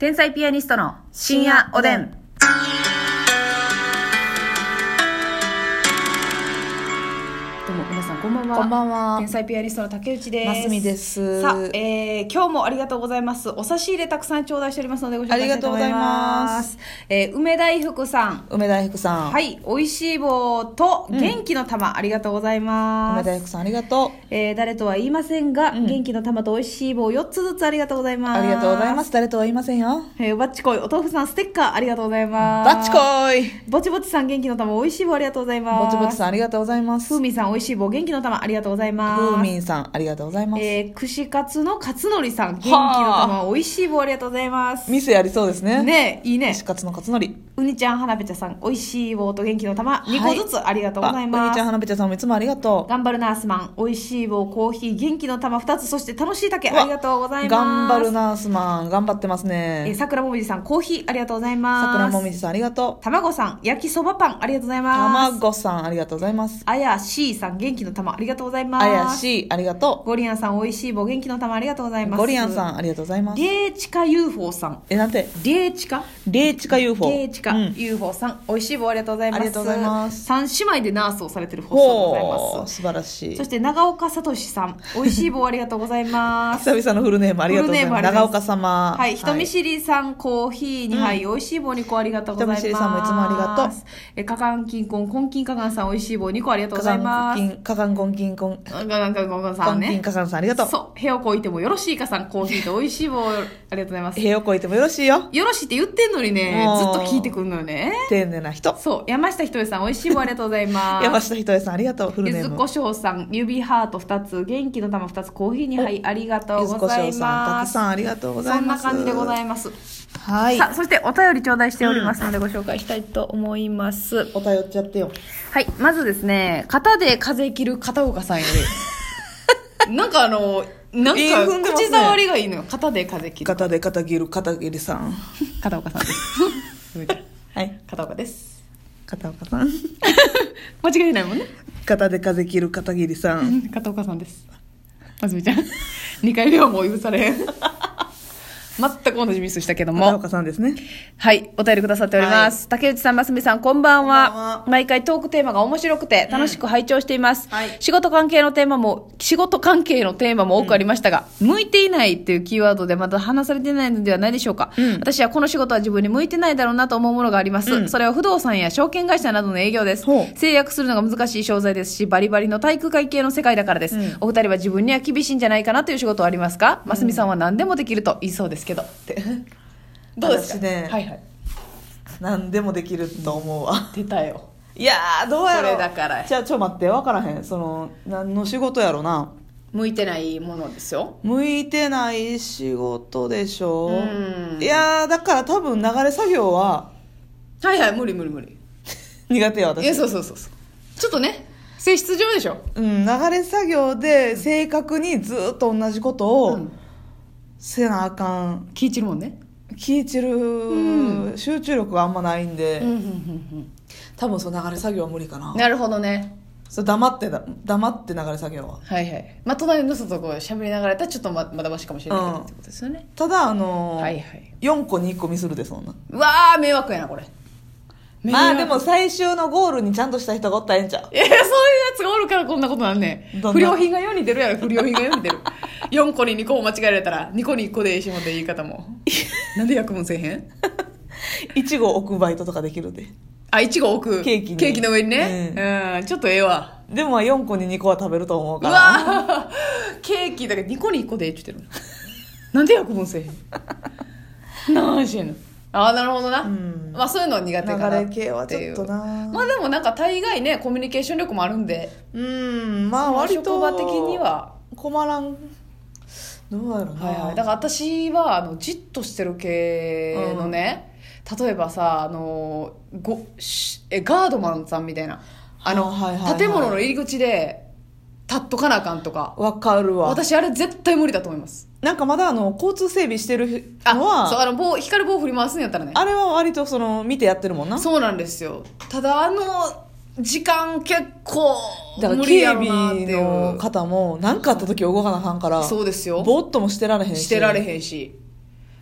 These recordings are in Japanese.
天才ピアニストの深夜おでん。どうも皆さんこんばんは。 こんばんは。 天才ピアニストの竹内です。 ますみです。 さあ、今日もありがとうございます。お差し入れたくさん頂戴しておりますのでご紹介したいと思います。 ありがとうございます。 梅大福さん。 梅大福さん。 はい、おいしい棒と元気の玉、ありがとうございます。 梅大福さんありがとう。 誰とは言いませんが、元気の玉とおいしい棒4つずつありがとうございます。 ありがとうございます。誰とは言いませんよ。 バッチコイお豆腐さんステッカーありがとうございます。 バッチコイ。 ぼちぼちさん元気の玉おいしい棒ありがとうございます。 ぼちぼちさんありがとうございます。 ふうみんさんおいしい棒元気の玉ありがとうございます。 ふうみんさんありがとうございます。 串カツの勝則さん元気の玉おいしい棒ありがとうございます。 店ありそうですね。 ね、いいね。 串カツの勝則。 うにちゃんはなぺちゃさんおいしい棒と元気の玉2個ずつありがとうございます。 うにちゃんはなぺちゃさんもいつもありがとう。 頑張るナースマンおいしい棒コーヒー元気の玉2つそして楽しい竹ありがとうございます。 頑張るナースマン頑張ってますね。 さくらもみじさんコーヒーありがとうございます。 さくらもみじさんありがとう。 たまごさん焼きそばパンありがとうございます。 たまごさんありがとうございます。 あやしーさん元気の玉ありがとうございます。 あやしーありがとう。 ゴリアンさんおいしい棒元気の玉ありがとうございます。 ゴリアンさんありがとうございます。 レーチカ UFO さんなんてレーチカ UFO レーチカ UFO さんおいしい棒ありがとうございます。 ありがとうございます。 3姉妹でナースをされてる放送でございます。 素晴らしい。 そして長岡聡さんおいしい棒ありがとうございます久々のフルネームありがとうございます。長岡様。 はい、人見知りさんコーヒー2杯、おいしい棒2個ありがとうございます。 人見知りさんもいつもありがとう。 かかんきんこんこんきんかかんさんおいしい棒2個ありがとうございます。 かかんこんきんこんかかんこんさんね。 こんきんかかんさんありがとう。 そう、へをこいてもよろしいかさんコーヒーとおいしい棒ありがとうございます。 へをこいてもよろしいよ。 よろしいって言ってんのにね、ずっと聞いてくんのよね。 丁寧な人。 そう、山下ひとえさんおいしい棒ありがとうございます山下ひとえさんありがとう。フルネーム。 ゆずこしょうさん指ハート2つ元気の玉2つコーヒー2杯ありがとうございます。 ゆずこしょうさんたくさんありがとうございます。 そんな感じでございます。 はい。 さあ、そしてお便り頂戴しておりますのでご紹介したいと思います。 お便っちゃってよ。 はい、まずですね、肩で風切る片岡さんよりなんか口触りがいいのよ。肩で風切る。 肩で肩切る片桐さん。 片岡さんですはい。 片岡です。 片岡さん。 間違いないもんね。 肩で風切る片桐さん。 片岡さんです。ますみちゃん2回目はもう許されん全く同じミスしたけども片岡さんですね。 はい、お便りくださっております、はい、竹内さん、ますみさんこんばんは。 こんばんは。 毎回トークテーマが面白くて楽しく拝聴しています、 はい、 仕事関係のテーマも多くありましたが、向いていないっていうキーワードでまだ話されていないのではないでしょうか、私はこの仕事は自分に向いてないだろうなと思うものがあります、それは不動産や証券会社などの営業です。制約するのが難しい商材ですし、バリバリの体育会系の世界だからです、お二人は自分には厳しいんじゃないかなという仕事はありますか？ますみさんは何でもできると言いそうですけどってどうですか？ 私ね、 はいはい、 何でもできると思うわ。 出たよ。 いやー、どうやろう。 これだからじゃあちょ待って、分からへん。何の仕事やろな。 向いてないものですよ。 向いてない仕事でしょ。いやー、だから多分流れ作業ははいはい、無理苦手や私。 いや、そうちょっとね、性質上でしょ。 流れ作業で正確にずっと同じことをせなあかん。 聞いちるもんね。 聞いちる、集中力があんまないんで、多分流れ作業は無理かな。 なるほどね。 黙って流れ作業は。 はいはい。まあ、隣の人とこう喋りながらやったらちょっとまだましかもしれないけどってことですよね。 ただはいはい、 4個に1個ミスるで、そんな。 うわー、迷惑やなこれ。 まあでも最終のゴールにちゃんとした人がおったらええんちゃう。 いや、そういうやつがおるからこんなことなんねん。不良品が世に出るやろ。不良品が世に出る4個に2個も間違えられたら2個に1個でしもって言い方もなんで役分せえへんいちご置くバイトとかできるで。 あ、いちご置くケーキの上にね、ちょっとええわ。 でも4個に2個は食べると思うから。 うわケーキだけ2個に1個でええって言ってるなんで役分せえへん何してんの。あ、なるほどな、まあそういうのは苦手かなっていう。 流れ系はちょっとな。 まあでもなんか大概ねコミュニケーション力もあるんで、 まあ割と職場的には困らん。どうやろうな、 はいはい、だから私はじっとしてる系のね、例えばさガードマンさんみたいな建物の入り口で立っとかなあかんとか。 わかるわ。 私あれ絶対無理だと思います。 なんかまだ交通整備してるのはそう光る棒振り回すんやったらね、 あれは割と見てやってるもんな。 そうなんですよ。ただ時間結構無理やろなっていう。 警備の方も何かあった時動かなあかんから。 そうですよ。 ぼーっともしてられへんし。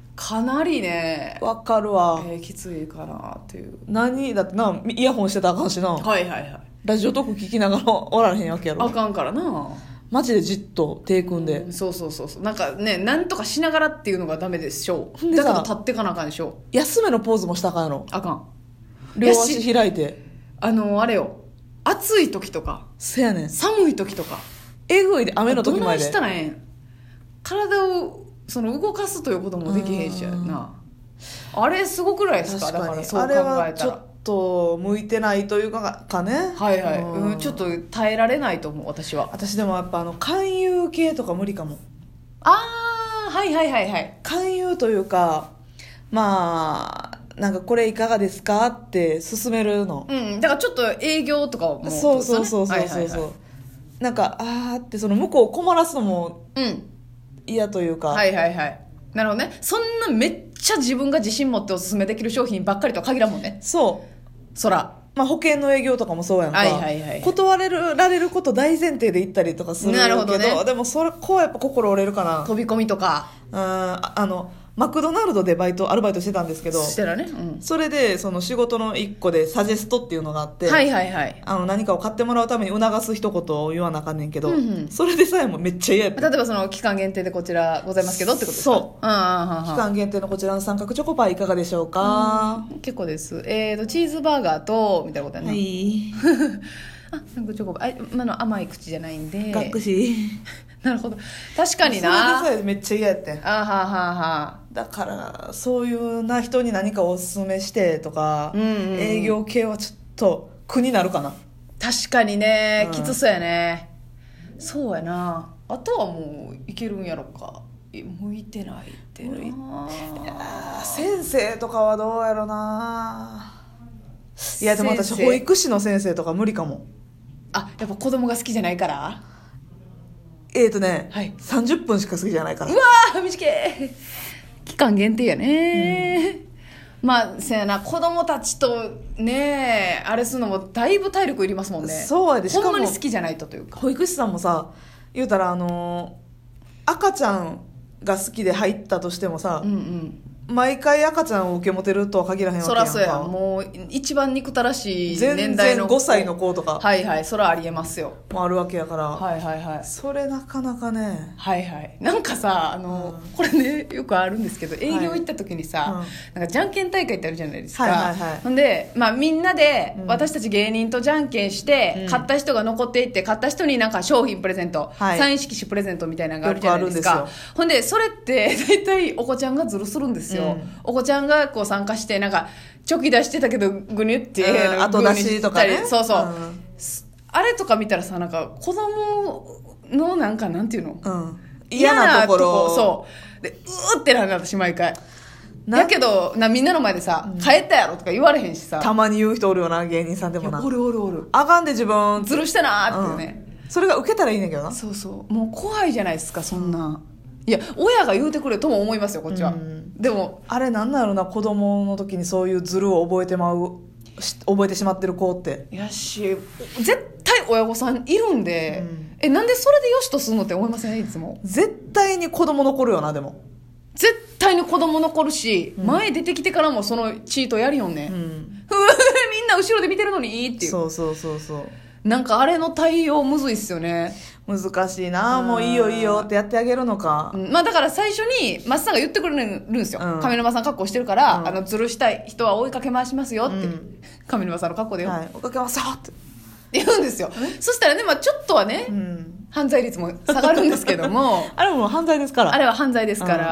かなりね、 わかるわ、 きついかなっていう。 何だってな、イヤホンしてたらあかんしな、 はいはいはい。 ラジオトーク聞きながらおられへんわけやろ。 あかんからな。 マジでじっと手組んで、 そうそうそうそう。なんかね、なんとかしながらっていうのがダメでしょう。 でさだから立ってかなあかんでしょ。 安めのポーズもしたらあかんやろ。 あかん。 両足開いて。 あれよ。暑い時とか、 せやねん。 寒い時とか。 えぐいで、雨の時まで。 どないしたらええん。体を、動かすということもできへんしやな。あれすごくないですか？だからそう考えたら。 あれはちょっと向いてないというかね。 はいはい。ちょっと耐えられないと思う、私は。 私でもやっぱ勧誘系とか無理かも。 はいはいはいはい。 勧誘というか、まあ、なんかこれいかがですかって勧めるの。 だからちょっと営業とかも、ね。 そうそうそうそうそうそう。なんか、って向こうを困らすのも嫌というか。 はいはいはい。なるほどね。そんなめっちゃ自分が自信持っておすすめできる商品ばっかりとは限らんもんね。 そう。 そら。 まあ保険の営業とかもそうやんか。 はいはいはい。 断られること大前提で行ったりとかするけど。 なるほどね。 でもこうやっぱ心折れるかな。 飛び込みとか。 マクドナルドでアルバイトしてたんですけど、 してたね。 それで仕事の一個でサジェストっていうのがあって、 はいはいはい。 何かを買ってもらうために促す一言を言わなあかんねんけど、それでさえもめっちゃ嫌やった。 例えば期間限定でこちらございますけどってことですか？ そう。期間限定のこちらの三角チョコパイいかがでしょうか？ 結構です。チーズバーガーとみたいなことやね。 はい。 三角チョコパイ、甘い口じゃないんで。 学士。 なるほど。確かにな。 それでさえめっちゃ嫌やってん。 は。 だからそういう人に何かおすすめしてとか、営業系はちょっと苦になるかな。 確かにね、きつそうやね。そうやな。あとはもういけるんやろか。向いてないってな。いや先生とかはどうやろな。いやでも私保育士の先生とか無理かも。 やっぱ子供が好きじゃないから。 はい、30分しか好きじゃないから。 うわー短い。期間限定やね。まあせやな、子供たちとねあれするのもだいぶ体力いりますもんね。 そうやで。しかもほんまに好きじゃないというか、 保育士さんもさ、言うたら赤ちゃんが好きで入ったとしてもさ、毎回赤ちゃんを受け持てるとは限らへんわけやんか。 そらそうや。もう一番憎たらしい年代の全然5歳の子とかはいはい、そらありえますよ。 もあるわけやから、 はいはいはい。 それなかなかね。 はいはい。なんかさこれねよくあるんですけど、営業行った時にさ、なんかじゃんけん大会ってあるじゃないですか。ほんで、みんなで私たち芸人とじゃんけんして、買った人が残っていって、買った人になんか商品プレゼント、サイン色紙プレゼントみたいなのがあるじゃないですか。ほんでそれって大体お子ちゃんがズルするんですよ。お子ちゃんがこう参加して、なんかチョキ出してたけどグニュって後出しとかね。 そうそう、あれとか見たらさ、なんか子供のなんかなんていうの、 嫌なところ。 そうでってなるの私毎回。だけどみんなの前でさ、帰ったやろとか言われへんしさ。 たまに言う人おるよな、芸人さんでもな。 おるあかんで自分ズルしたなーってね、 それが受けたらいいねんけどな。 そうそう、もう怖いじゃないですかそんな。いや親が言うてくれとも思いますよこっちは。でもあれなんだろうな、子供の時にそういうズルを覚えてしまってる子って。 いやし、絶対親御さんいるんで、なんでそれでよしとするのって思いません？いつも絶対に子供残るよな。でも絶対に子供残るし、前出てきてからもそのチートやるよね。みんな後ろで見てるのにいいっていう。 そうなんかあれの対応むずいっすよね。 難しいな。もういいよいいよってやってあげるのか。 だから最初にマスさんが言ってくれるんですよ。上沼さん格好してるから、ズルしたい人は追いかけ回しますよって、上沼さんの格好でよ、 追いかけますよって言うんですよ。そしたらね、ちょっとはね、犯罪率も下がるんですけどもあれも犯罪ですから。 あれは犯罪ですから、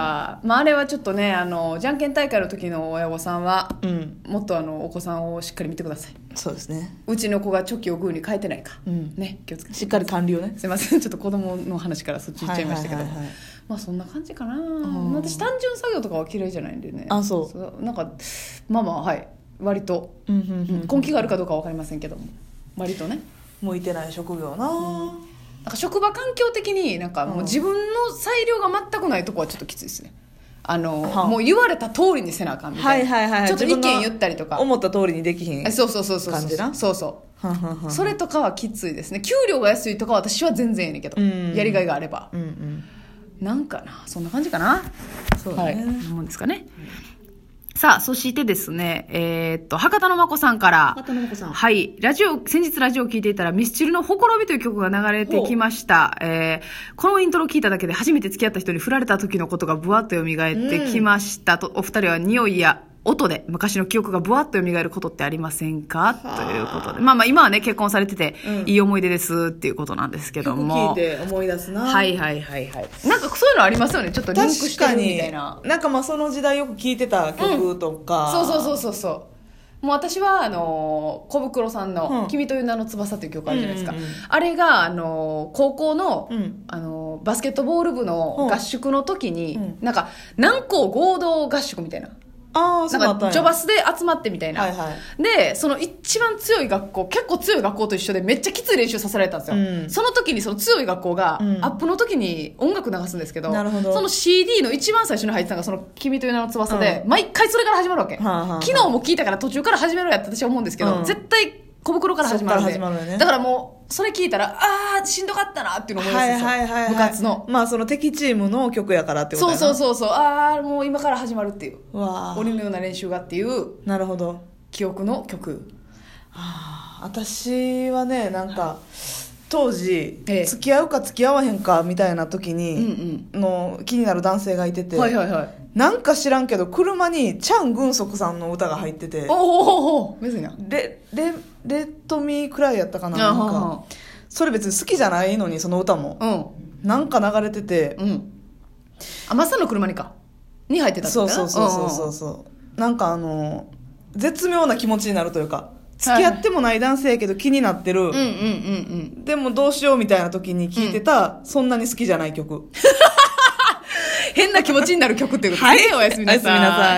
あれはちょっとね、じゃんけん大会の時の親御さんは、もっとお子さんをしっかり見てください。 そうですね。 うちの子がチョキをグーに変えてないか、ね、気をつけてしっかり管理をね。 すいません、ちょっと子供の話からそっち行っちゃいましたけど、そんな感じかな。私単純作業とかは嫌いじゃないんでね。そうなんかはい割と、根気があるかどうかは分かりませんけども、割とね向いてない職業な。 なんか職場環境的になんかもう自分の裁量が全くないとこはちょっときついですね。もう言われた通りにせなあかんみたいな、ちょっと意見言ったりとか思った通りにできひん感じな。 そうそれとかはきついですね。給料が安いとかは私は全然やねんけど、やりがいがあれば、 なんかな、そんな感じかな。 そうだね。 はい。思うんですかね。さあ、そしてですね、博多のまこさんから。 博多のまこさん。 はい。先日ラジオを聞いていたら、ミスチルのほころびという曲が流れてきました。このイントロを聞いただけで初めて付き合った人に振られた時のことがブワッと蘇ってきました。と、お二人は匂いや音で昔の記憶がブワッと蘇ることってありませんかということで。まあ今はね、結婚されてて、いい思い出ですっていうことなんですけども。 曲聞いて思い出すな。 はいはいはいはい。なんかそういうのありますよね。ちょっとリンクしてるみたいな。 なんかまあその時代よく聴いてた曲とか。 そう。もう私は、小袋さんの、君という名の翼という曲あるじゃないですか。あれが、高校の、バスケットボール部の合宿の時に、なんか、南高合同合宿みたいな。なんか、ジョバスで集まってみたいな。で、その一番強い学校、結構強い学校と一緒でめっちゃきつい練習させられたんですよ。その時にその強い学校が、アップの時に音楽流すんですけど、その CD の一番最初に入ってたのがその君という名の翼で、毎回それから始まるわけ。昨日も聞いたから途中から始めろやって私は思うんですけど、絶対小袋から始まるんで。だからもう、それ聞いたら、しんどかったなっていうのを思い出すんですよ。部活の。 まあその敵チームの曲やからってことやな。そう。もう今から始まるっていう。鬼のような練習がっていう。 なるほど。 記憶の曲。 私はね、なんか、当時、付き合うか付き合わへんかみたいな時に、気になる男性がいてて、なんか知らんけど、車にチャン・グンソクさんの歌が入ってて、 むずいな。 レッドミーくらいやったかな、なんか。それ別に好きじゃないのに、その歌も。なんか流れてて。 マサの車に入ってたってことそう。なんか絶妙な気持ちになるというか、付き合ってもない男性やけど気になってる。でもどうしようみたいな時に聴いてた、そんなに好きじゃない曲。 変な気持ちになる曲っていうことですね。おやすみなさい。